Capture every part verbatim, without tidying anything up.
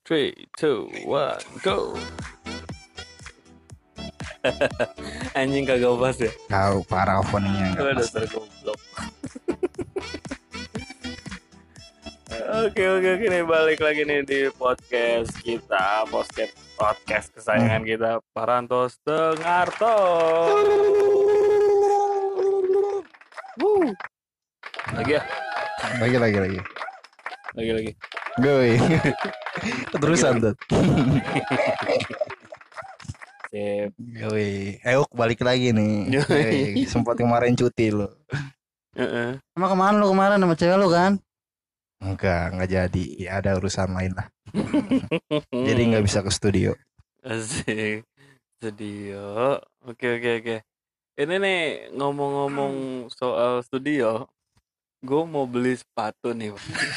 Three, two, one, go. Anjing kagak pas ya? Tahu parah openingnya nggak Gue pas. dasar goblok. Oke oke oke nih balik lagi nih di podcast kita, podcast podcast kesayangan Hmm. kita, Parantos Dengarto. Woo. Lagi ya, Lagi lagi lagi. lagi lagi. Gue. Terusan tuh. Sip. Gue. Ayo balik lagi nih. Yoi. Yoi, sempat kemarin cuti lo. Heeh. Emang kemana lu kemarin sama cewek lu kan? Enggak, enggak jadi. Ya ada urusan lain lah. Jadi nggak bisa ke studio. Asik. Studio. Oke oke oke. Ini nih ngomong-ngomong soal studio, gue mau beli sepatu nih.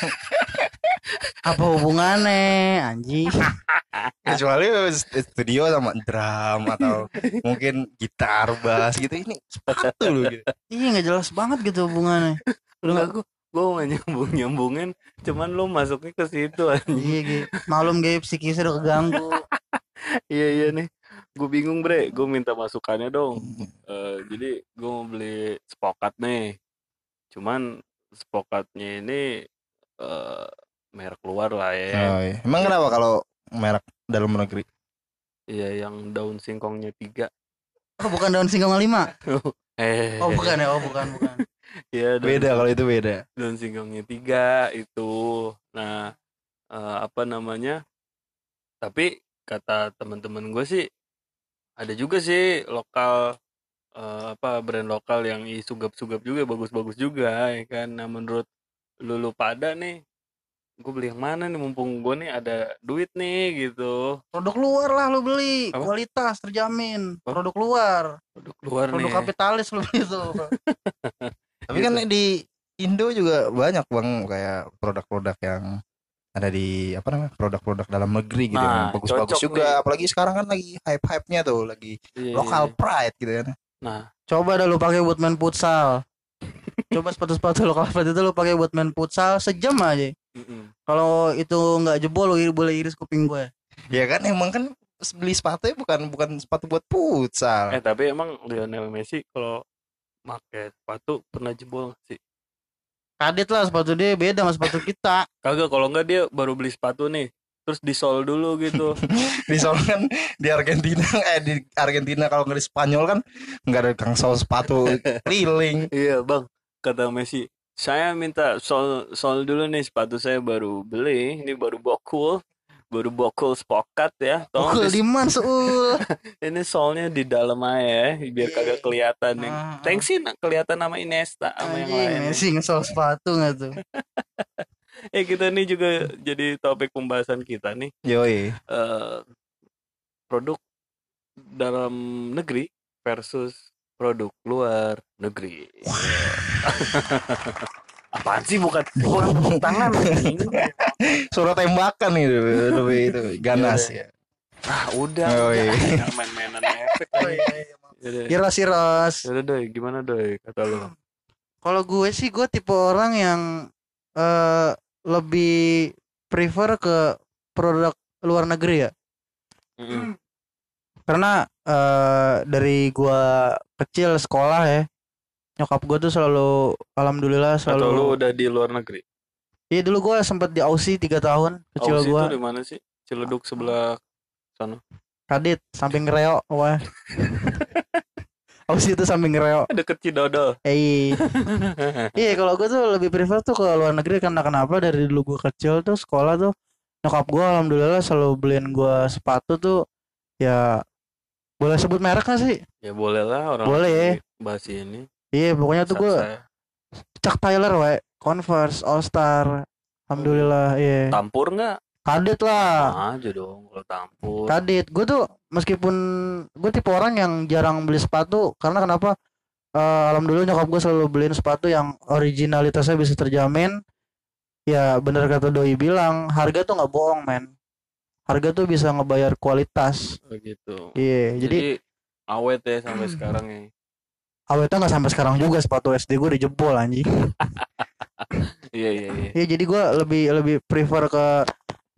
Apa hubungannya anjing? Kecuali studio sama drum atau mungkin gitar, bass gitu. Ini sepatu lo gitu. Iya nggak jelas banget gitu hubungannya. Lu Enggak, nggak gue gue mau nyambung nyambungin, cuman lu masuknya ke situ anjing. iya gitu. Malum gaya psikisnya udah keganggu. Iya iya nih, gue bingung bre, gue minta masukannya dong. Eh, jadi gue mau beli spokat nih, cuman spokatnya ini eh, merek luar lah ya. Oh, iya. Emang kenapa kalau merek dalam negeri? Iya yang daun singkongnya tiga. Oh bukan daun singkong lima. Eh, Oh bukan ya, oh bukan bukan. Iya daun, Beda kalau itu beda. daun singkongnya tiga itu. Nah eh, apa namanya? Tapi kata teman-teman gue sih ada juga sih lokal eh, apa brand lokal yang sugap-sugap juga bagus-bagus juga ya kan. Nah menurut lu, lu pada nih, gue beli yang mana nih mumpung gue nih ada duit nih gitu. Produk luar lah lu beli, Apa? kualitas terjamin. Apa? Produk luar, Produk luar produk nih. kapitalis lu beli tuh. Tapi kan di Indo juga banyak bang kayak produk-produk yang ada di apa namanya produk-produk dalam negeri gitu Nah, yang bagus-bagus cocok juga. nih. Apalagi sekarang kan lagi hype-hype-nya tuh lagi Iya, local iya. pride gitu kan. Nah Coba dah lu pakai buat main futsal. Coba sepatu-sepatu lokal pride itu lu pakai buat main futsal sejam aja. mm-mm. Kalau itu nggak jebol lu ir- boleh iris kuping gue. Ya kan emang kan beli sepatu bukan bukan sepatu buat futsal. Eh tapi emang Lionel Messi kalau pakai sepatu pernah jebol nggak sih? Kadit lah sepatu dia beda sama sepatu kita. Kagak, kalau enggak dia baru beli sepatu nih, terus disol dulu gitu. Di sono kan di Argentina eh di Argentina kalau nggak di Spanyol kan nggak ada kang sol sepatu keliling. Iya bang, kata Messi, saya minta sol sol dulu nih, sepatu saya baru beli, ini baru bokul, baru bokul spokat ya. Tolong Pukul dis- diman seul. ini solnya di dalam aja ya, biar kagak kelihatan nih. Ah, ah. Thanks sih nak kelihatan nama Iniesta sama yang Anjing, lain. Messi ngesol sepatu nggak tuh? Eh kita nih juga jadi topik pembahasan kita nih. Yoi. eh, produk dalam negeri versus produk luar negeri. Apaan sih, bukan bukan tepuk tangan anjing. Suara tembakan itu lebih itu ganas ya. Ah udah, Yoi. udah. Jangan main-mainan efek. Yaudah, Iros Iros. yaudah doi, gimana doi kata lo? Kalau gue sih gue tipe orang yang eh lebih prefer ke produk luar negeri ya. Mm-mm. Karena eh dari gue kecil sekolah ya, nyokap gue tuh selalu, alhamdulillah Atau lu selalu. udah di luar negeri? Iya dulu gue sempat di Aussie tiga tahun kecil Aussie gue. itu di mana sih? Ciledug sebelah sana. Kadit samping Reo, wah. Aussie itu samping Reo. Deket Cidodol. Eh, iya kalau gue tuh lebih prefer tuh ke luar negeri karena kenapa dari dulu gue kecil tuh sekolah tuh nyokap gue alhamdulillah selalu beliin gue sepatu tuh ya, boleh sebut merek gak sih? Ya boleh lah orang Boleh ya. bahas ini. Iya pokoknya tuh gue Saya Chuck Taylor we, Converse, All Star, alhamdulillah iya. tampur nggak? Kadit lah, Aja dong kalau tampur. kadit. Gue tuh meskipun gue tipe orang yang jarang beli sepatu karena kenapa? Eh, alhamdulillah nyokap gue selalu beliin sepatu yang originalitasnya bisa terjamin. Ya bener kata Doi bilang, harga tuh nggak bohong men. Harga tuh bisa ngebayar kualitas. Begitu. Iya, Jadi, jadi awet ya sampai sekarang ya. awetnya nggak sampai sekarang juga, sepatu S D gue dijebol anjing. Iya iya iya. Ya jadi gue lebih lebih prefer ke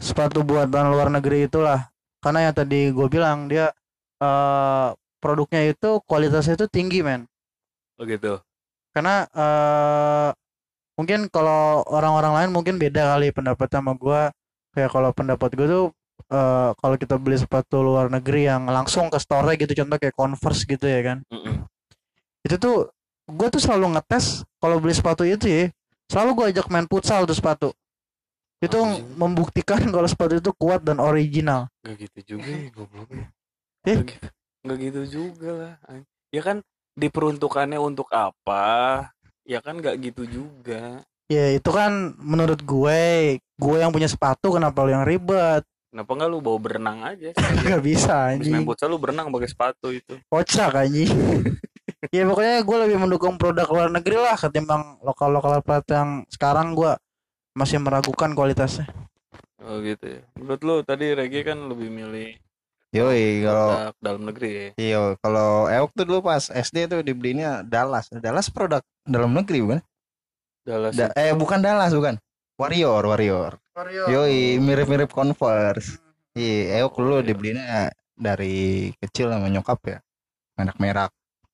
sepatu buatan luar negeri itulah. Karena yang tadi gue bilang dia eh produknya itu kualitasnya itu tinggi men. Oh gitu. Karena eh mungkin kalau orang-orang lain mungkin beda kali pendapat sama gue. Kayak kalau pendapat gue tuh eh kalau kita beli sepatu luar negeri yang langsung ke store gitu, contoh kayak Converse gitu ya kan. Mm-mm. Itu tuh gue tuh selalu ngetes kalau beli sepatu itu ya, selalu gue ajak main futsal tuh sepatu. Itu Anjing. membuktikan kalau sepatu itu kuat dan original. Gak gitu juga ya gobloknya. Eh? Gak gitu. Gak gitu juga lah. Ya kan diperuntukannya untuk apa? Ya kan gak gitu juga. Ya itu kan menurut gue, gue yang punya sepatu kenapa lu yang ribet? Kenapa nggak lu bawa berenang aja? Gak bisa Habis main anjing. futsal lu berenang pakai sepatu itu. Kocak anjing. Ya pokoknya gue lebih mendukung produk luar negeri lah ketimbang lokal-lokal plat yang sekarang gue masih meragukan kualitasnya. Oh gitu ya. Menurut lu tadi Regi kan lebih milih Yoi, kalau produk dalam negeri ya. iya, kalau Eok tuh dulu pas S D tuh dibelinya Dallas. Dallas produk dalam negeri bukan? Dallas Da- itu. eh bukan Dallas bukan. Warrior, Warrior. Yoi, mirip-mirip Converse. Iya, Eok dulu dibelinya dari kecil sama nyokap ya. Anak merah.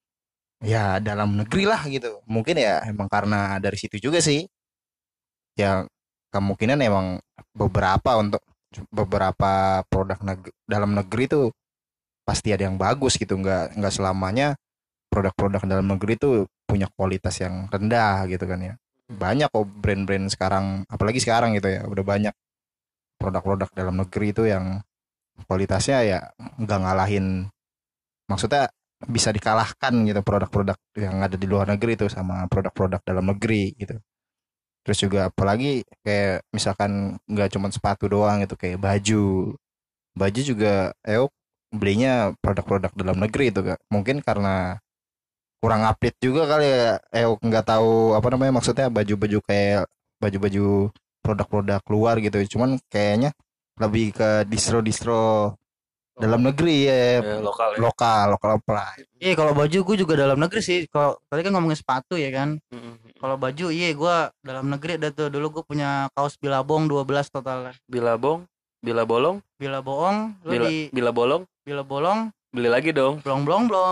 Ya dalam negeri lah gitu. Mungkin ya emang karena dari situ juga sih. Ya kemungkinan emang beberapa untuk beberapa produk neg- dalam negeri tuh pasti ada yang bagus gitu, nggak nggak selamanya produk-produk dalam negeri tuh punya kualitas yang rendah gitu kan ya. Banyak kok brand-brand sekarang, apalagi sekarang gitu ya, udah banyak produk-produk dalam negeri itu yang kualitasnya ya nggak ngalahin, maksudnya bisa dikalahkan gitu produk-produk yang ada di luar negeri itu sama produk-produk dalam negeri gitu. Terus juga apalagi kayak misalkan nggak cuma sepatu doang gitu, kayak baju baju juga Eok belinya produk-produk dalam negeri itu kak, mungkin karena kurang update juga kali ya. Eok nggak tahu apa namanya, maksudnya baju-baju kayak baju-baju produk-produk luar gitu, cuman kayaknya lebih ke distro-distro dalam negeri ya, Ya, lokal ya. lokal lokal pride. Iya kalau baju gue juga dalam negeri sih. Kalau tadi kan ngomongin sepatu ya kan. Mm-mm. Kalau baju iya gue dalam negeri ada tuh. Dulu gue punya kaos Bilabong dua belas total. Bilabong, bila bolong, Bila bohong lu bila, di bila bolong, bila bolong beli lagi dong. blong blong blong.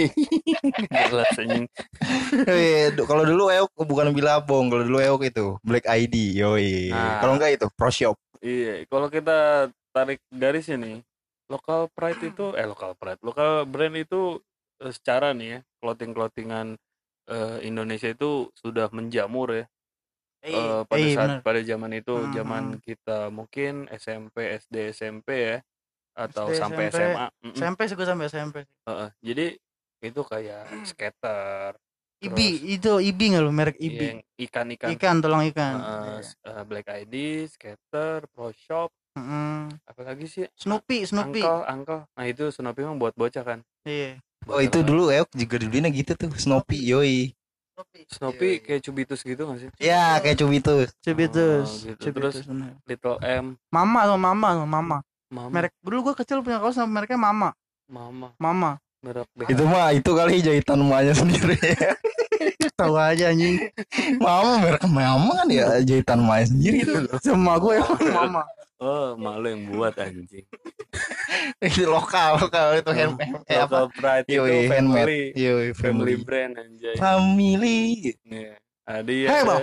Jelas anjing. Eh, du- kalau dulu Eok bukan Bilabong, kalau dulu Eok itu Black I D, yoi. Nah. Kalau enggak itu Pro Shop. Iya, kalau kita tarik garis ini, local pride itu eh local pride, local brand itu eh, secara nih ya, clothing-clothingan eh, Indonesia itu sudah menjamur ya. Eh, pada iya, saat bener. pada zaman itu, Hmm, zaman hmm. kita mungkin S M P, S D, S M P ya, atau S D, sampai S M P. S M A. Mm-mm. S M P sih gue sampai S M P. Heeh, jadi itu kayak skater, Ibi terus itu Ibi nggak lu merek Ibi? yang ikan-ikan, Ikan tolong ikan. eh, Iya. eh, Black I D, skater, Pro Shop, Mm-mm. apalagi sih? Snoopy Snoopy. Angkel, angkel. Nah itu Snoopy mah buat bocah kan. Iya. Oh itu dulu Eok juga dibelinya gitu tuh, Snoopy, yoi. Snoopy kayak Cubitus gitu gak sih? Ya kayak Cubitus. Cibitus. Oh, gitu. Cibitus, Terus bener. Little M, Mama sama Mama sama Mama. Mama, Merek dulu gue kecil punya kaos sama mereknya Mama. Mama, Mama. merek B. Itu mah itu kali jahitan emaknya sendiri. Tahu aja anjing. Mama merek Mama kan ya jahitan emaknya sendiri itu. Sama gue emang Mama. Oh, malu yang buat anjing. Itu lokal lokal itu hand eh apa? Local pride itu Yoi, handmade. family, Yoi, family family. brand anjay. Family. Nih, Adi ya. Heboh.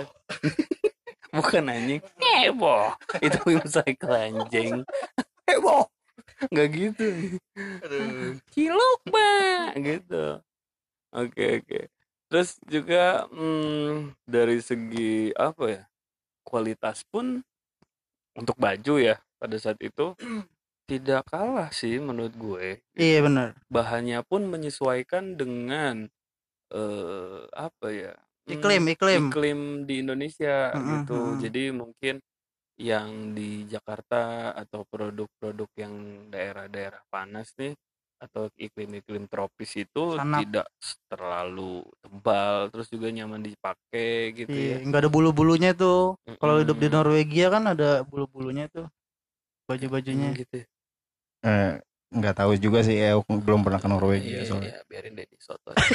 Bukan anjing. Heboh. Itu cycle anjing. Heboh. Enggak gitu. Ciluk, Mbak. Gitu. Oke, oke. Terus juga hmm, dari segi apa ya? Kualitas pun untuk baju ya pada saat itu tidak kalah sih menurut gue. Iya benar. Bahannya pun menyesuaikan dengan eh apa ya? Hmm, Iklim, iklim. iklim di Indonesia Mm-mm, gitu. mm-mm. Jadi mungkin yang di Jakarta atau produk-produk yang daerah-daerah panas nih atau iklim-iklim tropis itu Sanap. tidak terlalu tebal, terus juga nyaman dipakai gitu Iya, ya. nggak ada bulu-bulunya tuh. Kalau hidup di Mm-mm. Norwegia kan ada bulu-bulunya tuh. Emang Baju-bajunya. gitu ya? Eh nggak tahu juga sih, Eok belum pernah ke Norwegia Iya, soalnya. iya, biarin deh di soto aja.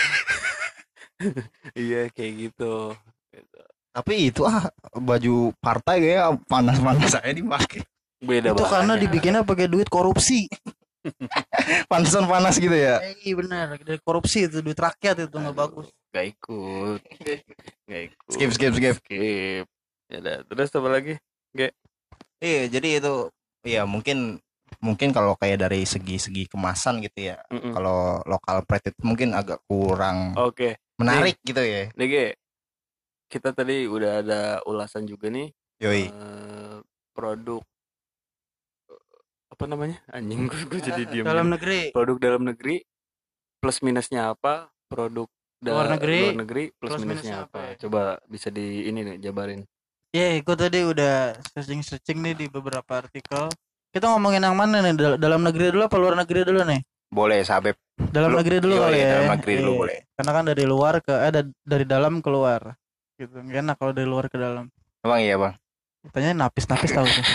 Iya kayak gitu. Gitu. Tapi itu ah baju partai kayak panas-panas saya dipakai. Beda Itu karena banget. dibikinnya pakai duit korupsi. Pantesan panas gitu ya. Eh, iya benar, dari korupsi itu duit rakyat itu nggak bagus. Gak ikut. Gak ikut. Skip skip skip. Skip. Ya udah, terus apa lagi? Gak. Iya, jadi itu ya mungkin mungkin kalau kayak dari segi-segi kemasan gitu ya. Mm-mm. Kalau lokal pride itu mungkin agak kurang Oke. menarik gitu ya. Nih, Ge. Kita tadi udah ada ulasan juga nih. Yoi. eh, produk apa namanya? Anjing gue, gue jadi diam. Dalam negeri, Produk dalam negeri plus minusnya apa? Produk da- Luar negeri, luar negeri plus, plus minusnya, minusnya apa? apa ya? Coba bisa di ini nih jabarin. ya gue tadi udah searching-searching nih di beberapa artikel. Kita ngomongin yang mana nih? Dal- Dalam negeri dulu apa luar negeri dulu nih? Boleh, Sabep. Dalam Lu- negeri dulu Yoi, kali ya. dalam negeri dulu Iya. boleh. Karena kan dari luar ke eh da- dari dalam keluar. Gitu. Gak enak kalau dari luar ke dalam. Emang iya, Bang? Tanya napis-napis tahu tuh.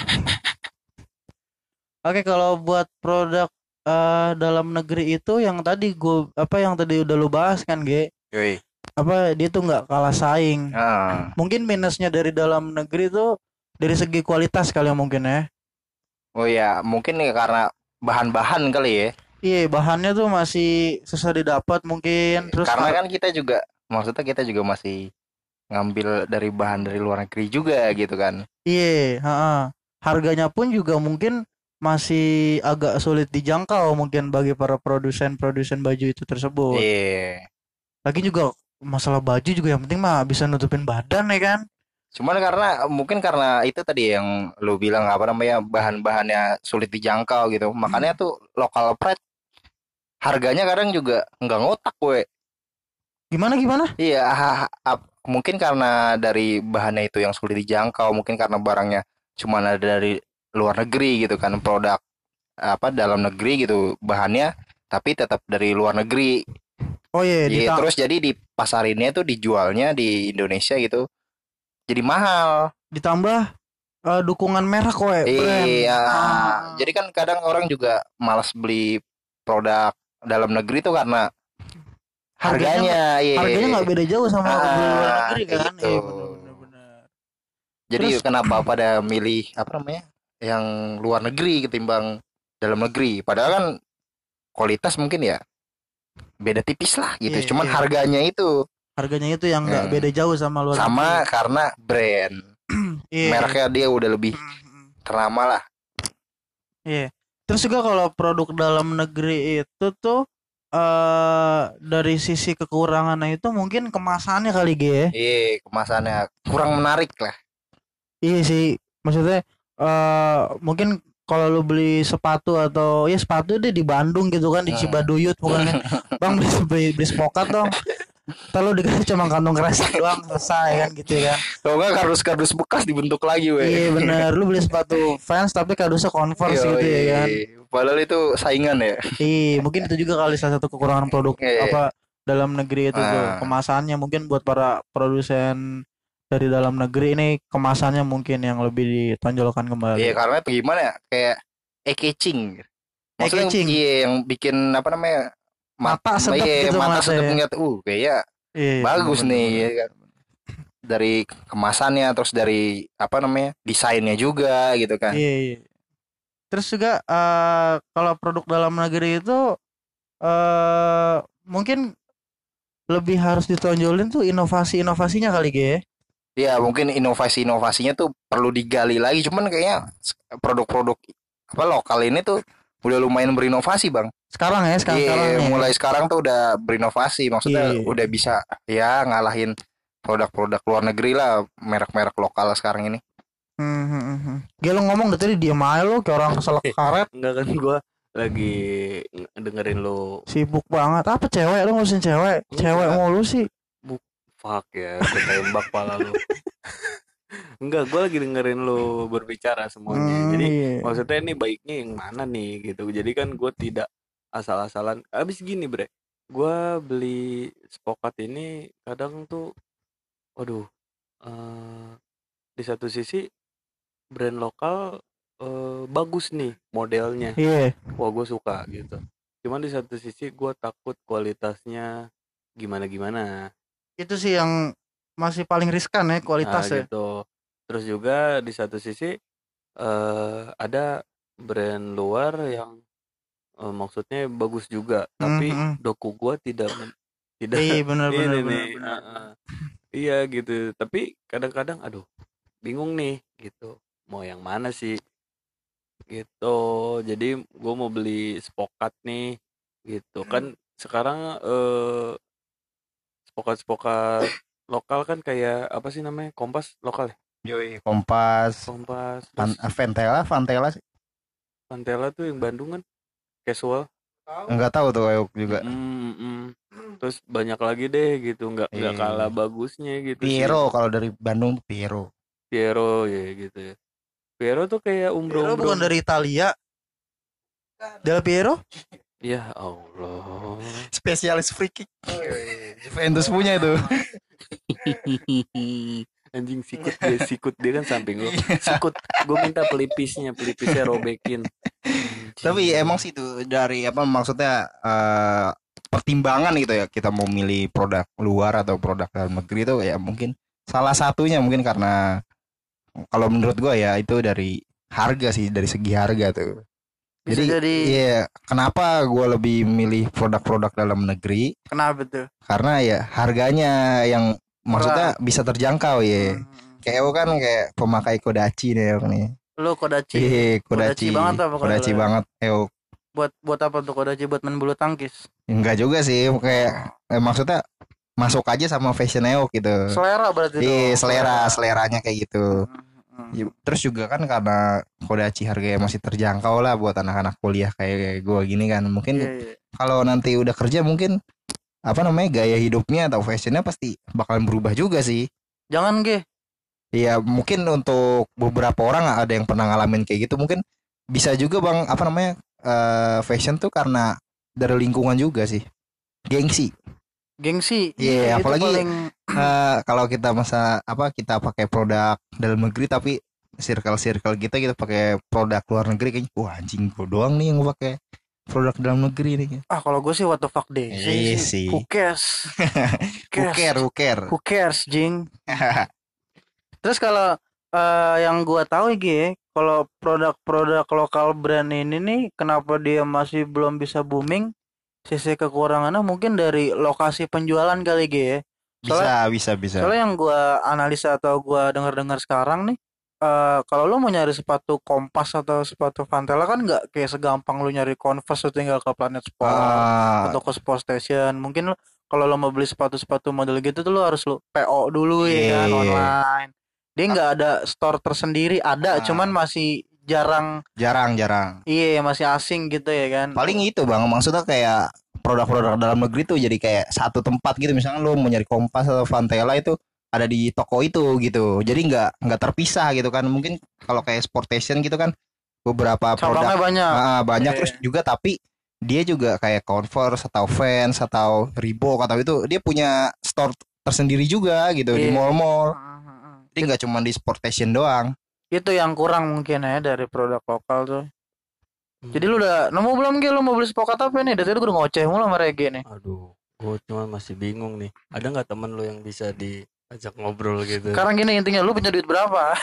Oke, kalau buat produk eh, dalam negeri itu yang tadi gue apa yang tadi udah lu bahas kan, Ge? Yoi. Apa dia tuh nggak kalah saing. Ah. Mungkin minusnya dari dalam negeri tuh dari segi kualitas kali ya mungkin ya. Oh ya, mungkin ya karena bahan-bahan kali ya. Iya, bahannya tuh masih susah didapat mungkin. Terus Karena har- kan kita juga maksudnya kita juga masih ngambil dari bahan dari luar negeri juga gitu kan. iya, ha-ha. Harganya pun juga mungkin masih agak sulit dijangkau mungkin bagi para produsen-produsen baju itu tersebut. Iya. Lagi juga masalah baju juga yang penting mah bisa nutupin badan ya kan. Cuman karena mungkin karena itu tadi yang lu bilang apa namanya bahan-bahannya sulit dijangkau gitu. Makanya tuh local pride harganya kadang juga nggak ngotak gue. Gimana gimana? Iya, ha- ha- ap- mungkin karena dari bahannya itu yang sulit dijangkau, mungkin karena barangnya cuma ada dari luar negeri gitu kan, produk apa dalam negeri gitu bahannya, tapi tetap dari luar negeri. Oh iya, Iya, dita- terus jadi di pasarinnya tuh dijualnya di Indonesia gitu, jadi mahal. ditambah eh, dukungan merek we, brand. Iya, Ah. jadi kan kadang orang juga malas beli produk dalam negeri tuh karena Harganya harganya, iya. harganya nggak beda jauh sama Ah, beli luar negeri kayak kan. gitu. Iya benar benar. Jadi Terus- kenapa pada milih apa namanya yang luar negeri ketimbang dalam negeri? Padahal kan kualitas mungkin ya beda tipis lah gitu. Iya, Cuman iya. harganya itu Harganya itu yang nggak Hmm. beda jauh sama luar sama negeri. karena brand Iya. mereknya dia udah lebih Mm-mm. ternama lah. Iya. Terus juga kalau produk dalam negeri itu tuh eh dari sisi kekurangannya itu mungkin kemasannya kali G ya. Iya, kemasannya kurang menarik lah. Iya sih. Maksudnya eh mungkin kalau lu beli sepatu atau ya sepatu deh di Bandung gitu kan di Hmm. Cibaduyut bukannya. Bang beli beli, beli spokat dong. Kalau dikasih cuma kantong kresek doang selesai kan gitu ya kan. Kalau nggak kardus-kardus bekas dibentuk lagi, weh. Iya benar. Lu beli sepatu Vans tapi kardusnya Converse gitu ya kan. Padahal itu saingan ya. Iya, mungkin itu juga kali salah satu kekurangan produk Iya. apa dalam negeri itu tuh. Ah. Kemasannya mungkin buat para produsen dari dalam negeri ini kemasannya mungkin yang lebih ditonjolkan kembali. Iya, karena itu gimana ya? Kayak eye-catching. Maksudnya Eye-catching. iya yang bikin apa namanya? Mata sedap iya, gitu mata mata sedap ya. ngeliat, uh kayak Iya, bagus bener, nih bener. ya kan. Dari kemasannya terus dari apa namanya? Desainnya juga gitu kan. Iya, iya. Terus juga eh, kalau produk dalam negeri itu eh mungkin lebih harus ditonjolin tuh inovasi-inovasinya kali G ya. Ya, mungkin inovasi-inovasinya tuh perlu digali lagi. Cuman kayaknya produk-produk apa lokal ini tuh udah lumayan berinovasi, Bang. Sekarang ya, sekarang Iya, sekarang ya. mulai sekarang tuh udah berinovasi. Maksudnya Iya. udah bisa ya ngalahin produk-produk luar negeri lah, merek-merek lokal sekarang ini. Hmm, hmm, hmm, hmm. Gila ngomong dari tadi diem aja lo kayak orang keselak karet. Enggak kan gue lagi dengerin lo. Sibuk banget. Apa cewek lu ngurusin cewek? Enggak. Cewek mulu sih. Fuck ya, ketembak pala lu. Enggak, gue lagi dengerin lo berbicara semuanya. Hmm, Jadi iya. maksudnya ini baiknya yang mana nih gitu. Jadi kan gue tidak asal-asalan. Abis gini bre, gue beli spokat ini kadang tuh, waduh, eh, di satu sisi brand lokal eh, bagus nih modelnya. Iya. Wah gue suka gitu. Cuman di satu sisi gue takut kualitasnya gimana-gimana. Itu sih yang masih paling riskan ya Nah kualitas ya. gitu. Terus juga di satu sisi eh ada brand luar yang eh, maksudnya bagus juga, tapi Mhm. doku gua tidak men- tidak Iya benar benar ini benar nih, benar. ah, ah. Iya gitu. Tapi kadang-kadang aduh bingung nih gitu. Mau yang mana sih gitu. Jadi gua mau beli spokat nih gitu. Kan sekarang eh spokat-spokat lokal kan kayak apa sih namanya? Kompas lokal ya? Yoi, Kompas, Kompas, Van, terus Ventela, Vantela sih. Pantela tuh yang Bandung kan casual. Enggak tahu tuh Euk juga. Mm-mm, mm-mm. Terus banyak lagi deh gitu, nggak nggak kalah Eh, bagusnya gitu sih. Piero kalau dari Bandung tuh Piero. Piero ya gitu ya. Piero tuh kayak Piero bukan umbro-umbro. dari Italia. Del Piero? Ya Allah. Spesialis free kick. Juventus punya itu. Anjing sikut dia, sikut dia kan samping lo. Sikut, gue minta pelipisnya, pelipisnya robekin. Tapi Anjing. emang sih itu dari apa maksudnya eh, pertimbangan gitu ya kita mau milih produk luar atau produk dalam negeri itu ya mungkin salah satunya mungkin karena kalau menurut gua ya itu dari harga sih dari segi harga tuh. Bisa Jadi jadi iya kenapa gua lebih milih produk-produk dalam negeri kenapa tuh? karena ya harganya yang maksudnya bisa terjangkau ya. Hmm. Kayak aku kan kayak pemakai Kodachi nih aku nih. Lu Kodachi. Iya, Kodachi Kodachi. banget apa Kodachi kalau banget. Euk. buat buat apa tuh Kodachi buat main bulu tangkis? Enggak juga sih, kayak eh, maksudnya masuk aja sama fashion Eok gitu. Selera berarti Di dong. selera, seleranya kayak gitu. Hmm. Ya, terus juga kan karena Kodachi harganya masih terjangkau lah buat anak-anak kuliah kayak gue gini kan. Mungkin Iya, iya. kalau nanti udah kerja mungkin apa namanya gaya hidupnya atau fashionnya pasti bakalan berubah juga sih. Jangan ge. Ya mungkin untuk beberapa orang ada yang pernah ngalamin kayak gitu mungkin bisa juga bang apa namanya eh, fashion tuh karena dari lingkungan juga sih. Gengsi. Gengsi. Iya, itu apalagi paling eh, kalau kita masa apa kita pakai produk dalam negeri tapi circle-circle kita kita pakai produk luar negeri kayaknya wah anjing gua doang nih yang gua pakai produk dalam negeri nih. ah kalau gue sih what the fuck deh. Iya sih. Who cares? Who care, who care. Who cares, Jing? Terus kalau eh, yang gua tahu ya, kalau produk-produk lokal brand ini nih, kenapa dia masih belum bisa booming? Sisi kekurangannya mungkin dari lokasi penjualan kali G ya. Soalnya, Bisa, bisa, bisa. soalnya yang gua analisa atau gua dengar-dengar sekarang nih, eh kalau lu mau nyari sepatu Kompas atau sepatu Vantela kan nggak kayak segampang lu nyari Converse lu tinggal ke Planet Sport Ah, atau ke Sport Station. Mungkin lu- kalau lo mau beli sepatu-sepatu model gitu tuh lu harus lu P O dulu ya kan Iya. online. Dia nggak ada store tersendiri, ada Ah. cuman masih jarang, jarang, jarang. iya masih asing gitu ya kan. Paling itu bang, maksudnya kayak produk-produk dalam negeri tuh jadi kayak satu tempat gitu. Misalnya lu mau nyari Kompas atau Vantela itu ada di toko itu gitu. Jadi nggak nggak terpisah gitu kan. Mungkin kalau kayak Sportation gitu kan beberapa Cabangnya produk banyak. ah, banyak Iya. terus juga tapi dia juga kayak Converse atau Vans atau Reebok atau itu dia punya store tersendiri juga gitu di Iya. mall-mall. Heeh. Jadi nggak cuma di Sportation doang. Itu yang kurang mungkin ya dari produk lokal tuh. Hmm. Jadi lu udah nemu belum Gil? Lu mau beli spokat apa nih? Dari tadi gue udah ngoceh mulu sama Rege nih. Aduh, gue cuma masih bingung nih. Ada nggak temen lo yang bisa diajak ngobrol gitu? Sekarang gini intinya, lu punya duit berapa?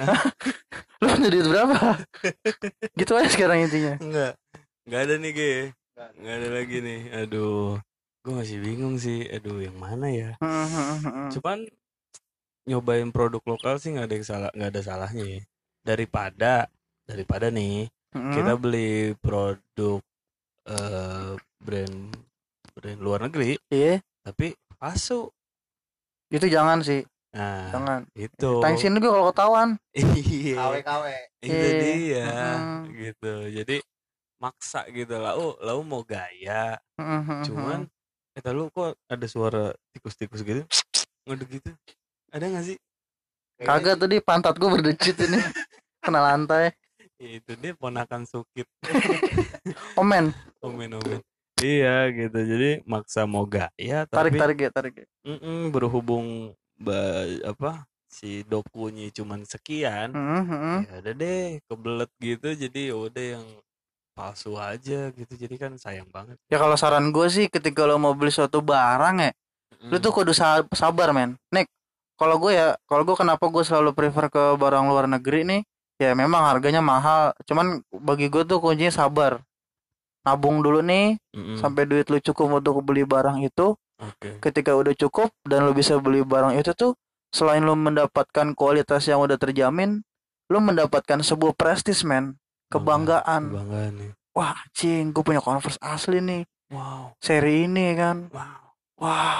Lu punya duit berapa? Gitu aja sekarang intinya. Enggak, nggak ada nih Ge. Nggak ada lagi nih. Aduh, gue masih bingung sih. Aduh, yang mana ya? Cuman nyobain produk lokal sih nggak ada yang salah, nggak ada salahnya ya. Daripada daripada nih kita beli produk eh, brand brand luar negeri, Iya, tapi palsu. itu jangan sih, Nah, jangan. itu. Thanksin gue kalau ketahuan. Iya. K W. Itu Iya. dia, Mm-mm. gitu. Jadi maksa gitu lah. Oh, lau mau gaya, cuman kata lu kok ada suara tikus-tikus gitu, ngedek gitu. Ada nggak sih? Kagak tadi pantat gue berdecit ini. Kena lantai. Itu dia ponakan Sukit. Omen, Omen-omen. Iya gitu. Jadi maksa mau gaya, tarik tapi tarik ya, tarik ya. mm-mm, berhubung ba- apa si dokunya cuman sekian, Mm-hmm. ya udah deh kebelet gitu. Jadi udah yang palsu aja gitu. Jadi kan sayang banget. Ya kalau saran gue sih ketika lo mau beli suatu barang ya, lu tuh kudu sa- sabar men. Nek, kalau gue ya, kalau gue kenapa gue selalu prefer ke barang luar negeri nih? Ya memang harganya mahal, cuman bagi gue tuh kuncinya sabar. Nabung dulu nih Mm-mm. sampai duit lu cukup untuk beli barang itu. Oke. Ketika udah cukup dan lu bisa beli barang itu tuh, selain lu mendapatkan kualitas yang udah terjamin, lu mendapatkan sebuah prestis, men. Kebanggaan. Kebanggaan nih. Wah, cing, gue punya Converse asli nih. Wow. Seri ini kan. Wow. Wah.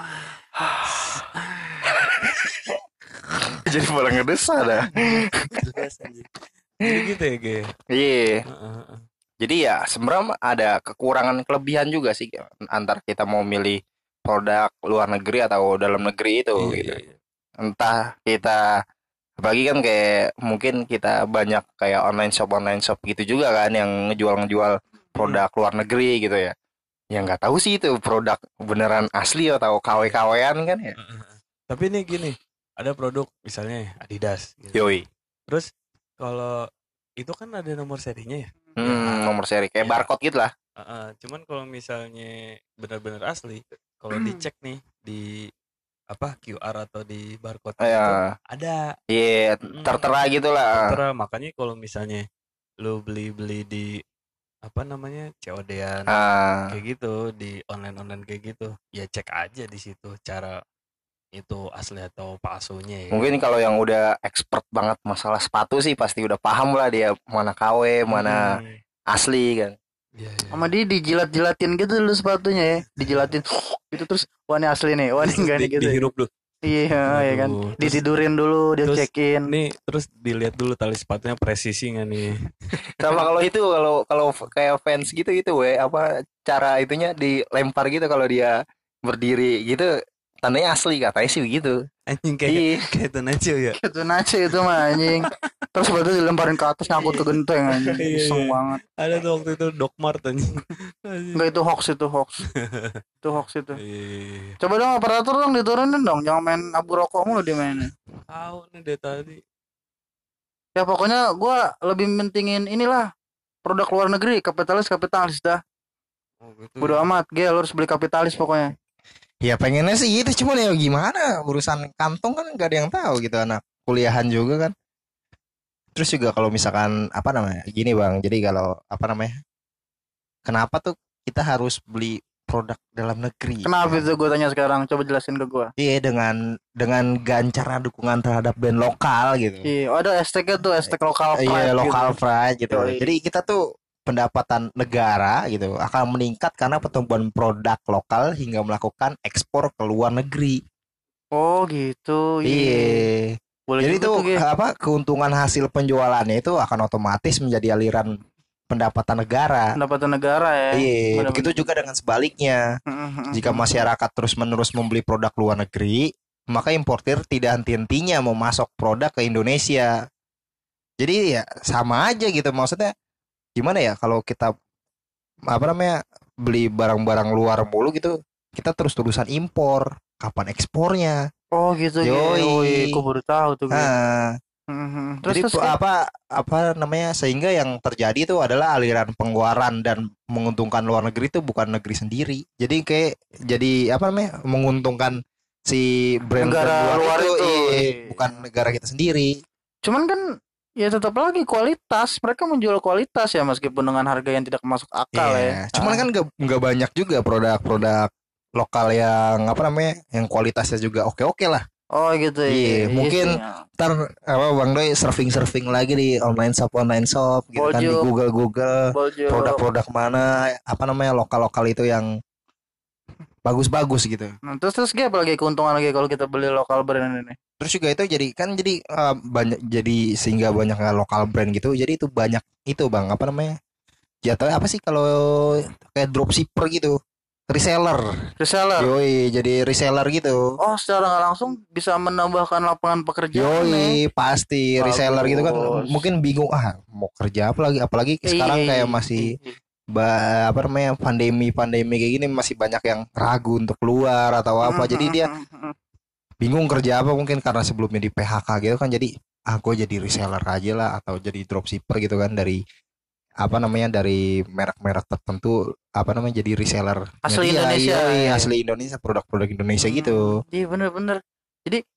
Jadi malah ngedesa dah. Jadi gitu ya, Ge. Iya. Heeh. Jadi ya sebenarnya ada kekurangan kelebihan juga sih antar kita mau milih produk luar negeri atau dalam negeri itu Iya, gitu. iya, iya. Entah kita bagi kan kayak mungkin kita banyak kayak online shop online shop gitu juga kan yang ngejual-ngejual produk luar negeri gitu ya. Ya nggak tahu sih itu produk beneran asli atau K W K W-an kan ya. Tapi ini gini, ada produk misalnya Adidas gitu. Yoi. Terus kalau itu kan ada nomor serinya ya. Hmm, nomor seri kayak Ya. barcode gitu lah. Uh, cuman kalau misalnya benar-benar asli, kalau dicek nih di apa Q R atau di barcode Ya. itu ada. Iya, Mm-mm. tertera gitu lah. Tertera, makanya kalau misalnya lu beli-beli di apa namanya C O D-an Ah, kayak gitu di online-online kayak gitu, ya cek aja di situ cara itu asli atau palsunya ya. mungkin kalau yang udah expert banget masalah sepatu sih pasti udah paham lah dia mana K W, mana Hmm. asli kan. Iya, iya. Sama dia dijilat-jilatin gitu dulu sepatunya ya. Dijilatin gitu terus, wah ini asli nih, wah ini Terus enggak nih di- gitu. dihirup dulu. Iya, ya kan. Aduh, terus- Ditidurin dulu, dia terus cekin. Nih terus dilihat dulu tali sepatunya presisi nggak nih? Sama kalau itu kalau kalau kayak fans gitu itu we apa cara itunya dilempar gitu kalau dia berdiri gitu tandanya asli katanya sih begitu. Anjing kayak Iya. kayak Tenacio ya. Itu nace itu mah anjing. Terus sepatu dilemparin ke atas nyangkut ke genteng anjing. Iya, Iseng iya. banget. Ada tuh waktu itu Doc Mart anjing. Anjing. Enggak, itu hoax itu hoax. Itu hoax itu. Iya. Coba dong operator dong diturunin dong, jangan main abu rokok mulu dimainin. Tahu nih dari tadi. Ya pokoknya gua lebih mentingin inilah produk luar negeri, kapitalis kapitalis dah. Oh, gitu. Bodo amat, gue harus beli kapitalis pokoknya. Ya pengennya sih gitu cuman ya gimana urusan kantong kan nggak ada yang tahu gitu anak kuliahan juga kan. Terus juga kalau misalkan apa namanya gini bang, jadi kalau apa namanya kenapa tuh kita harus beli produk dalam negeri? Kenapa itu gue tanya sekarang? Coba jelasin ke gue. Iya dengan dengan gancaran dukungan terhadap band lokal gitu. Iya, oh, ada hashtagnya tuh, hashtag lokal pride. Iya lokal gitu. pride gitu. Yoi. Jadi kita tuh pendapatan negara gitu akan meningkat karena pertumbuhan produk lokal hingga melakukan ekspor ke luar negeri. Oh gitu. Iya. Boleh Jadi juga itu tuh, Ge. apa keuntungan hasil penjualannya itu akan otomatis menjadi aliran pendapatan negara. Pendapatan negara ya. Iya. Benar-benar. Begitu juga dengan sebaliknya. Jika masyarakat terus-menerus membeli produk luar negeri, maka importir tidak henti-hentinya memasok produk ke Indonesia. Jadi ya sama aja gitu maksudnya. Gimana ya kalau kita apa namanya beli barang-barang luar mulu gitu, kita terus-terusan impor. Kapan ekspornya? Oh gitu. Yoi. Yoi, gue baru tahu tuh. Ge. Nah, Mhm. Terus jadi terus pu- Ge. apa apa namanya sehingga yang terjadi itu adalah aliran pengeluaran dan menguntungkan luar negeri itu bukan negeri sendiri. Jadi kayak jadi apa namanya menguntungkan si brand Negara luar, luar itu, itu. iya, Iya. bukan negara kita sendiri. Cuman kan ya tetap lagi kualitas. Mereka menjual kualitas ya meskipun dengan harga yang tidak masuk akal Iya. ya. Cuman Ah. kan nggak nggak banyak juga produk-produk lokal yang apa namanya yang kualitasnya juga oke-oke lah. Oh gitu ya. Iya, mungkin sih, ya. Ntar apa Bang Doi surfing-surfing lagi di online shop online shop gitu kan di Boljo. Google-Google Boljo. produk-produk mana apa namanya lokal-lokal itu yang bagus-bagus gitu. Nah, terus terus Ge, apa lagi keuntungan lagi kalau kita beli lokal brand ini? Terus juga itu jadi kan jadi eh, banyak jadi sehingga banyak lokal brand gitu. Jadi itu banyak itu Bang apa namanya? Jatuhnya apa sih kalau kayak dropshipper gitu. Reseller. Reseller. Yoi, jadi reseller gitu. Oh, secara nggak langsung bisa menambahkan lapangan pekerjaan nih. Yoi, pasti Bagus. reseller gitu kan mungkin bingung ah mau kerja apa lagi apalagi sekarang kayak masih ba, apa namanya pandemi pandemi kayak gini masih banyak yang ragu untuk keluar atau apa jadi dia bingung kerja apa mungkin karena sebelumnya di P H K gitu kan jadi ah gue jadi reseller aja lah atau jadi dropshipper gitu kan dari apa namanya dari merek-merek tertentu apa namanya jadi reseller Asli dia, Indonesia. yoi, asli Indonesia produk-produk Indonesia Hmm, gitu. Iya bener-bener. Jadi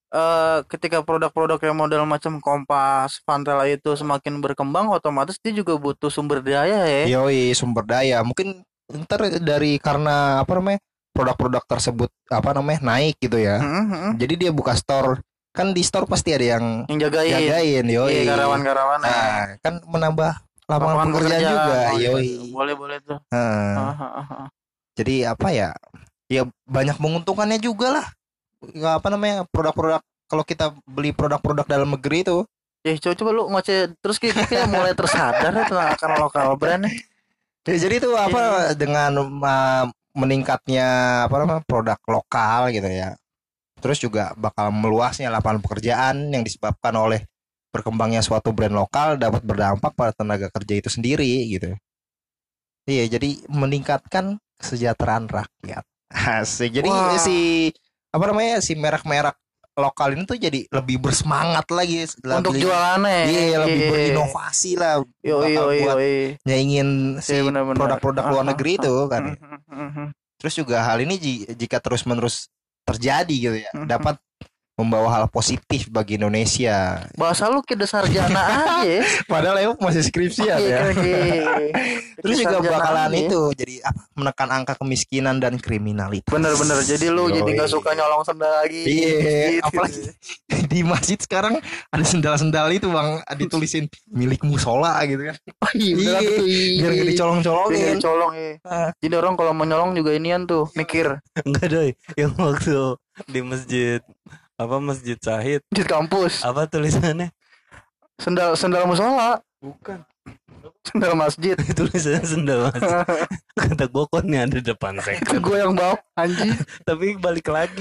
eh, ketika produk-produk yang model macam Kompas, Vantela itu semakin berkembang, otomatis dia juga butuh sumber daya ya. Yoi, sumber daya. Mungkin ntar dari karena apa namanya produk-produk tersebut apa namanya naik gitu ya. Mm, mm, mm. Jadi dia buka store. Kan di store pasti ada yang Yang jagain. jagain, yoi. Iya, karyawan-karyawan. Nah, kan menambah lapangan, Lapangan pekerjaan, juga, Oh, iya. yoi. Boleh, boleh tuh. Heeh. Ah, ah, ah, ah. Jadi apa ya? Ya banyak menguntungkannya juga lah. Ya, apa namanya produk-produk kalau kita beli produk-produk dalam negeri itu. Eh, coba coba lu ngoceh terus kayak kayak mulai tersadar ya tentang akan lokal brand nih. Ya, jadi itu apa dengan uh, meningkatnya apa namanya produk lokal gitu ya. Terus juga bakal meluasnya lapangan pekerjaan yang disebabkan oleh berkembangnya suatu brand lokal dapat berdampak pada tenaga kerja itu sendiri gitu. Iya, jadi meningkatkan kesejahteraan rakyat. Asik. Jadi Wah. si apa namanya si merek-merek lokal ini tuh jadi lebih bersemangat lagi Untuk lebih- jualannya. Iya, lebih Iya. berinovasi lah. Yo bakal yo buat yo. nyaingin si Iya, benar-benar. produk-produk luar Ah, negeri ah, itu kan. Mm, mm, mm, mm. Terus juga hal ini ji- jika terus-menerus terjadi gitu ya, Mhm. dapat membawa hal positif bagi Indonesia. Bahasa lu kayak sarjana aja ya. Padahal Euk masih skripsian Iya, ya. kan, kayak- Terus kayak juga sarjana bakalan aja. itu jadi apa? Menekan angka kemiskinan dan kriminalitas. Bener-bener. Jadi lu jadi Yoi. gak suka nyolong sendal lagi. Iya, Gitu. apalagi di masjid sekarang ada sendal-sendal itu Bang, ditulisin milik musola gitu kan. Oh, iya, beneran Iya, tuh, iya. biar gak Biar dicolong-colongin. nggak dicolong ya. Ah. Jadi orang kalau mau nyolong juga inian tuh mikir Enggak doi, yang waktu di masjid apa masjid Syahid di kampus. apa tulisannya? Sendal sendal musola, Bukan. sendal masjid. Tulisannya sendal mas. Kata gue kok nih ada depan Itu second. gue yang bawa anjing. Tapi balik lagi.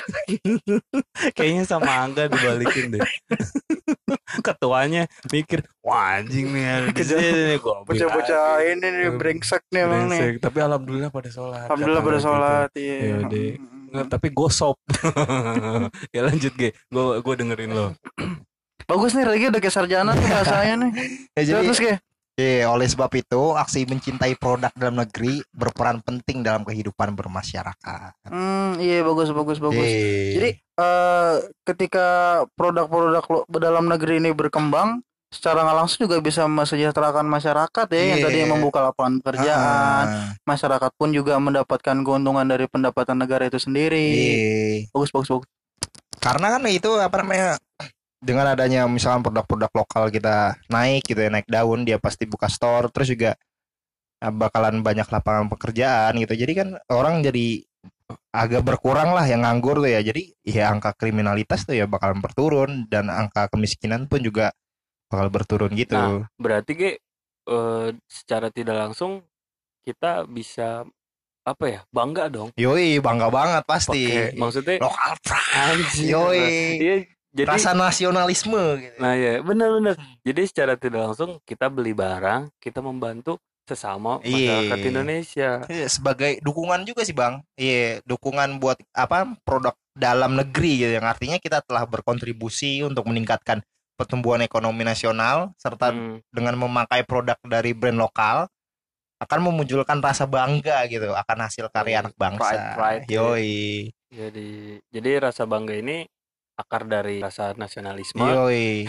Kayaknya sama Angga dibalikin deh. Ketuanya mikir, wah anjing nih ada di sini nih gue. Bocah-bocah ini nih brengsek nih emang nih. Tapi alhamdulillah pada sholat. Alhamdulillah pada sholat. Iya. Iya deh. Nggak, tapi gosop. Ya lanjut Ge. Gue gue dengerin lo. Bagus nih lagi udah kayak sarjana tuh bahasanya nih. Ya, jadi Terus kayak Iya, oleh sebab itu aksi mencintai produk dalam negeri berperan penting dalam kehidupan bermasyarakat. hmm iya bagus bagus bagus. Iya. Jadi eh ketika produk-produk lo- dalam negeri ini berkembang secara nggak langsung juga bisa mesejahterakan masyarakat ya yang Iya. tadi membuka lapangan pekerjaan. Ah, Masyarakat pun juga mendapatkan keuntungan dari pendapatan negara itu sendiri. iya. Bagus bagus bagus. Karena kan itu apa namanya dengan adanya misalkan produk-produk lokal kita naik gitu ya naik daun dia pasti buka store terus juga eh, bakalan banyak lapangan pekerjaan gitu. Jadi kan orang jadi agak berkurang lah yang nganggur tuh ya. Jadi ya angka kriminalitas tuh ya bakalan berturun dan angka kemiskinan pun juga bakal berturun gitu. Nah, berarti Ge eh, secara tidak langsung kita bisa apa ya bangga dong. Yoi, bangga banget pasti. Pakai maksudnya Lokal pride. anjing. Yoi. Iya, jadi Rasa nasionalisme gitu. nah ya benar-benar. Jadi secara tidak langsung kita beli barang, kita membantu sesama masyarakat Iya. Indonesia. Iya, sebagai dukungan juga sih Bang. Iya, dukungan buat apa produk dalam negeri gitu yang artinya kita telah berkontribusi untuk meningkatkan pertumbuhan ekonomi nasional serta Hmm. dengan memakai produk dari brand lokal akan memunculkan rasa bangga gitu akan hasil karya Yoi, anak bangsa. pride, pride, ya. Yoi. Jadi jadi rasa bangga ini akar dari rasa nasionalisme. Yoi.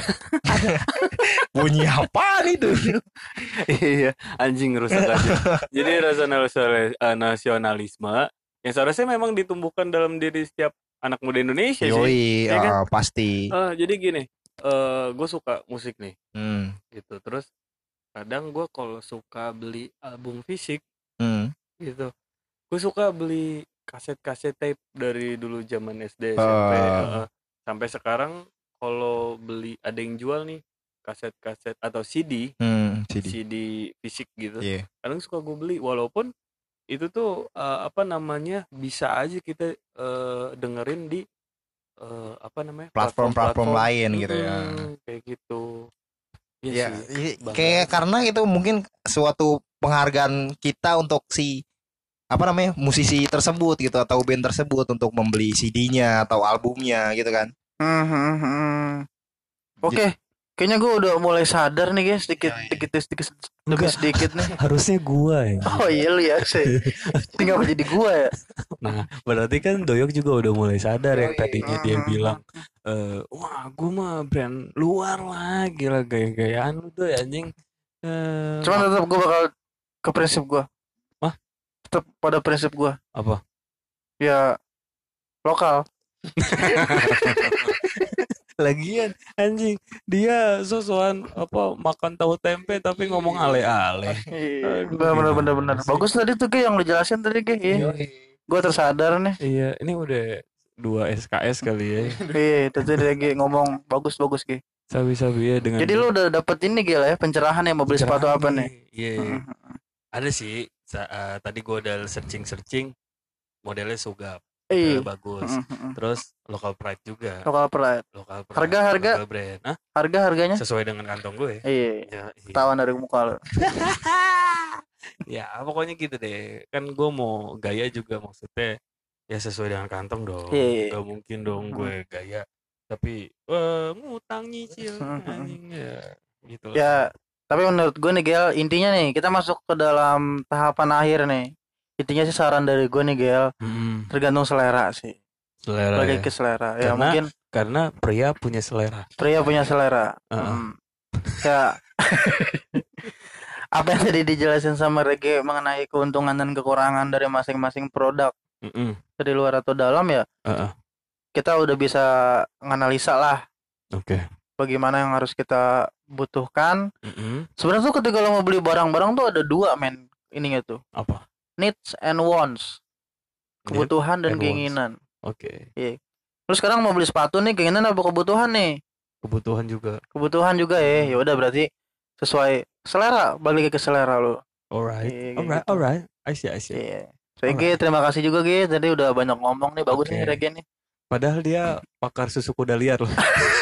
Bunyi apa itu? Iya, anjing rusak aja. Jadi rasa nasional- eh, nasionalisme yang seharusnya memang ditumbuhkan dalam diri setiap anak muda Indonesia sih. Yoi, ya kan? ah, pasti. Eh, jadi gini, eh gue suka musik nih, Hmm. gitu. Terus kadang gue kalau suka beli album fisik, Hmm. gitu, gue suka beli kaset-kaset tape dari dulu zaman S D, S M P, Ah. eh, sampai sekarang kalau beli ada yang jual nih kaset-kaset atau C D, Hmm, C D. C D fisik gitu. Iya. Kadang suka gue beli walaupun itu tuh eh, apa namanya bisa aja kita eh, dengerin di eh, apa namanya Platform-platform lain gitu ya. Mm-mm, kayak gitu. Iya Ya, sih, i- bangga kayak aja. karena itu mungkin suatu penghargaan kita untuk si apa namanya musisi tersebut gitu atau band tersebut untuk membeli C D-nya atau albumnya gitu kan. Hmm, hmm, hmm. Oke, kayaknya gue udah mulai sadar nih guys, sedikit Iya, iya. sedikit sedikit lebih Enggak. sedikit nih. Harusnya gua ya. Oh iya lu ya sih. Tinggal jadi gua ya. Nah, berarti kan Doyok juga udah mulai sadar yang tadinya dia Mhm. bilang, eh, wah, gue mah brand luar lah, gila gaya-gayaan lu tuh anjing. Eh, Cuman mak- tetap gua bakal ke prinsip gua. Hah? Tetap pada prinsip gua. apa? Ya lokal. Lagian anjing, dia sosokan apa makan tahu tempe tapi ngomong ale-ale. Iya, Aduh, bener bener bener gimana bener. sih? Bagus tadi tuh Ge yang lu jelasin tadi Ge. Iya. Gua tersadar nih. Iya, ini udah dua S K S kali ya. Iya, itu tadi Ge ngomong bagus bagus Ge. Sabi-sabi ya dengan Jadi lu udah dapet ini Ge lah ya pencerahan ya mau beli sepatu pencerahan apa nih? Iya. Mhm. Ada sih. Sa- eh, tadi gue udah searching-searching modelnya Sugap. Iya. Modelnya bagus. Mhm. Terus local pride juga. Lokal pride. Local pride. Harga-harga? Local brand. Hah? Harga harganya? Sesuai dengan kantong gue. Iya. Ya, iya. Ketahuan dari muka lu. Ya, pokoknya gitu deh. Kan gue mau gaya juga maksudnya ya sesuai dengan kantong dong. Iya, iya. Gak mungkin dong Mhm. gue gaya tapi eh ngutang nyicil Mhm. anjing ya gitu lah. Ya, tapi menurut gue nih Gel, intinya nih kita masuk ke dalam tahapan akhir nih. Intinya sih saran dari gue nih Gel, Mm-mm. tergantung selera sih. Selera Balik ya. ke selera. Ya Karena- mungkin Karena pria punya selera. pria punya selera. Heeh. Hmm. Ya. Apa yang tadi dijelasin sama Rege mengenai keuntungan dan kekurangan dari masing-masing produk Mm-mm. dari luar atau dalam ya, Heeh. kita udah bisa nganalisa lah Oke. bagaimana yang harus kita butuhkan. Mm-mm. Sebenarnya tuh ketika lo mau beli barang-barang tuh ada dua men ininya tuh, Apa? needs and wants, kebutuhan dan and wants. keinginan. Oke. Terus sekarang mau beli sepatu nih, keinginan apa kebutuhan nih? Kebutuhan juga. Kebutuhan juga ya. Ya udah berarti sesuai selera, balik ke selera lo. Alright. Iya, Alright. gitu. Alright. I see. I see. Iya. So, Ge, terima kasih juga Ge, tadi udah banyak ngomong nih, bagus Oke. nih Rege nih. Padahal dia pakar susu kuda liar loh.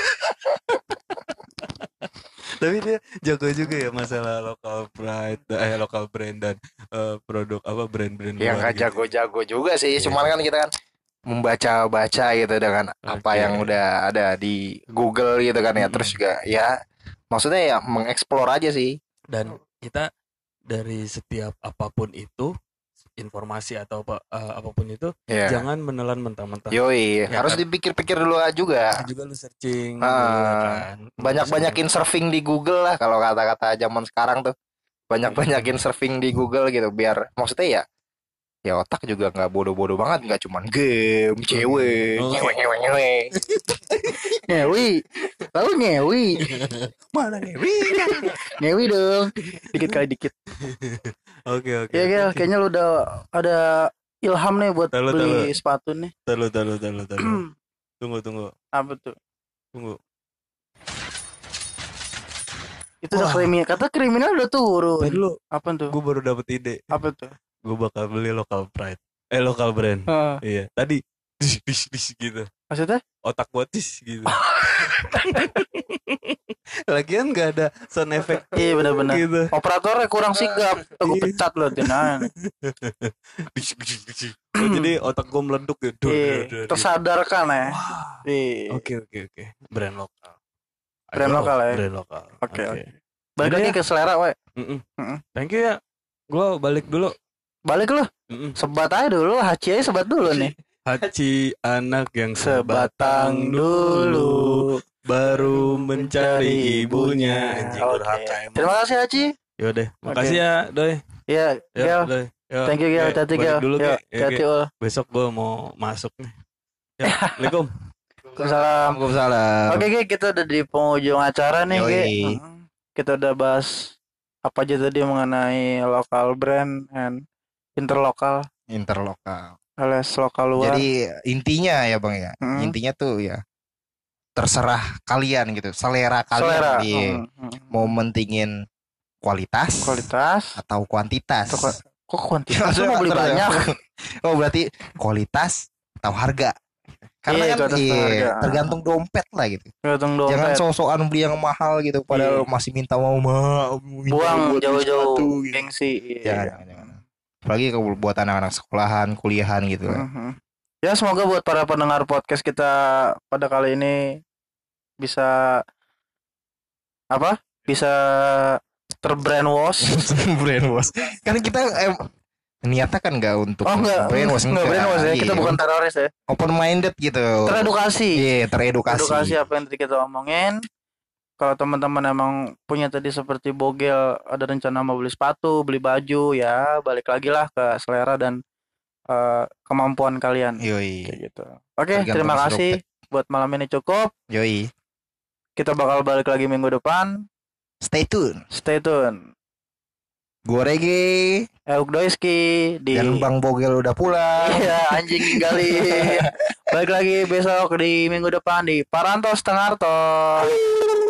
Tapi dia jago juga ya masalah local pride, eh local brand dan eh, produk apa brand-brand Ya luar nggak gitu. jago-jago juga sih, Iya. cuman kan kita kan membaca-baca gitu dengan apa Oke. yang udah ada di Google gitu kan ya, Mm-mm. terus juga ya maksudnya ya mengeksplor aja sih. Dan kita dari setiap apapun itu informasi atau apa eh, apapun itu Ya. jangan menelan mentah-mentah. Yoi, Ya harus kan? dipikir-pikir dulu juga. Juga lu searching Ah, dulu, kan. Banyak-banyakin surfing di Google lah kalau kata-kata zaman sekarang tuh. Banyak-banyakin surfing di Google gitu biar maksudnya ya ya otak juga nggak bodoh-bodoh banget, nggak cuman game, cewek, Oh. nyewe nyewe nyewe. Ngewi. Lalu ngewi. Mana nih? Ngewi dong. Dikit kali dikit. Oke oke. Ya Gel, kayaknya lu udah ada ilham nih buat Tahu, beli tahu. sepatu nih. Tahu tahu tahu tahu. Tunggu tunggu Apa tuh? tunggu. Itu udah Wah. kriminal. Kata kriminal udah turun. Tadi dulu Apa tuh? gue baru dapet ide. Apa tuh? Gue bakal beli local pride. Eh local brand. Heeh. Iya. Tadi dis dis dis gitu. Maksudnya? Otak gue dis gitu. Lagian nggak ada sound effect Iya benar-benar. gitu. Operatornya kurang sigap. Tuh gue Iya. pecat loh Tinan. Dis dis dis. Oh, jadi otak gue meleduk ya. Dur, dur, Iya, dur, tersadarkan ya. Wah. Iya. Oke oke oke. Brand lokal. Brand Ayo, lokal ya? Brand lokal. Oke, Oke. Balik Jadi lagi ke selera, we. Mm-mm. Mm-mm. Thank you ya. Gue balik dulu. Balik lu. Mm-mm. Sebat aja dulu, haci aja sebat dulu nih. Haci anak yang Sebatang sebatang dulu baru mencari ibunya. Anjing Oke. durhaka emang. Terima kasih Haci. Yaudah, makasih ya, Doy. Ya, Ya, Gel. Doy. Yo, Thank you Gel, Ge, hati balik Gel. dulu, Yo, Ge. Ya, hati Ge. ul. Besok gue mau masuk nih. Ya, Assalamualaikum. Waalaikumsalam. Waalaikumsalam. Oke, Ge, kita udah di penghujung acara nih, Ge. Yoi. Mm. Kita udah bahas apa aja tadi mengenai lokal brand and interlokal Interlokal. alias lokal luar. Jadi intinya ya Bang ya, Mm. intinya tuh ya terserah kalian gitu, selera kalian. selera. Iya. Mm, mm. Mau mentingin kualitas, Kualitas. atau kuantitas. Atau ku- Kok kuantitas? Maksudnya Lu mau beli terserah. banyak? Oh berarti kualitas atau harga. Karena Iya, kan kualitas iya, atau harga. tergantung dompet lah gitu. Gantung Jangan dompet. sok-sokan beli yang mahal gitu, padahal Iya. masih minta mau mau minta Buang buat beli jauh-jauh sepatu, gitu. gengsi. Iya. Jangan, jangan, jangan. Apalagi kalau buat anak-anak sekolahan, kuliahan gitu. Mhm. Ya semoga buat para pendengar podcast kita pada kali ini bisa apa? Bisa terbrainwash. Brainwash. Kan kita eh, niatnya kan nggak untuk Oh enggak, brainwash, enggak brainwash ya. Iya. Kita bukan teroris ya. Open minded gitu. Teredukasi. Iya, teredukasi. Edukasi apa yang tadi kita omongin. Kalau teman-teman emang punya tadi seperti Bogel ada rencana mau beli sepatu, beli baju, ya balik lagi lah ke selera dan uh, kemampuan kalian. Yoi. Kayak gitu. Oke, Tergantung terima sirup. kasih buat malam ini cukup. Yoi. Kita bakal balik lagi minggu depan. Stay tune. Stay tune. Gua Regi Euk Doiski di dan Bang Bogel udah pulang. Iya, anjing kali. Balik lagi besok di minggu depan di Parantos Tengartos.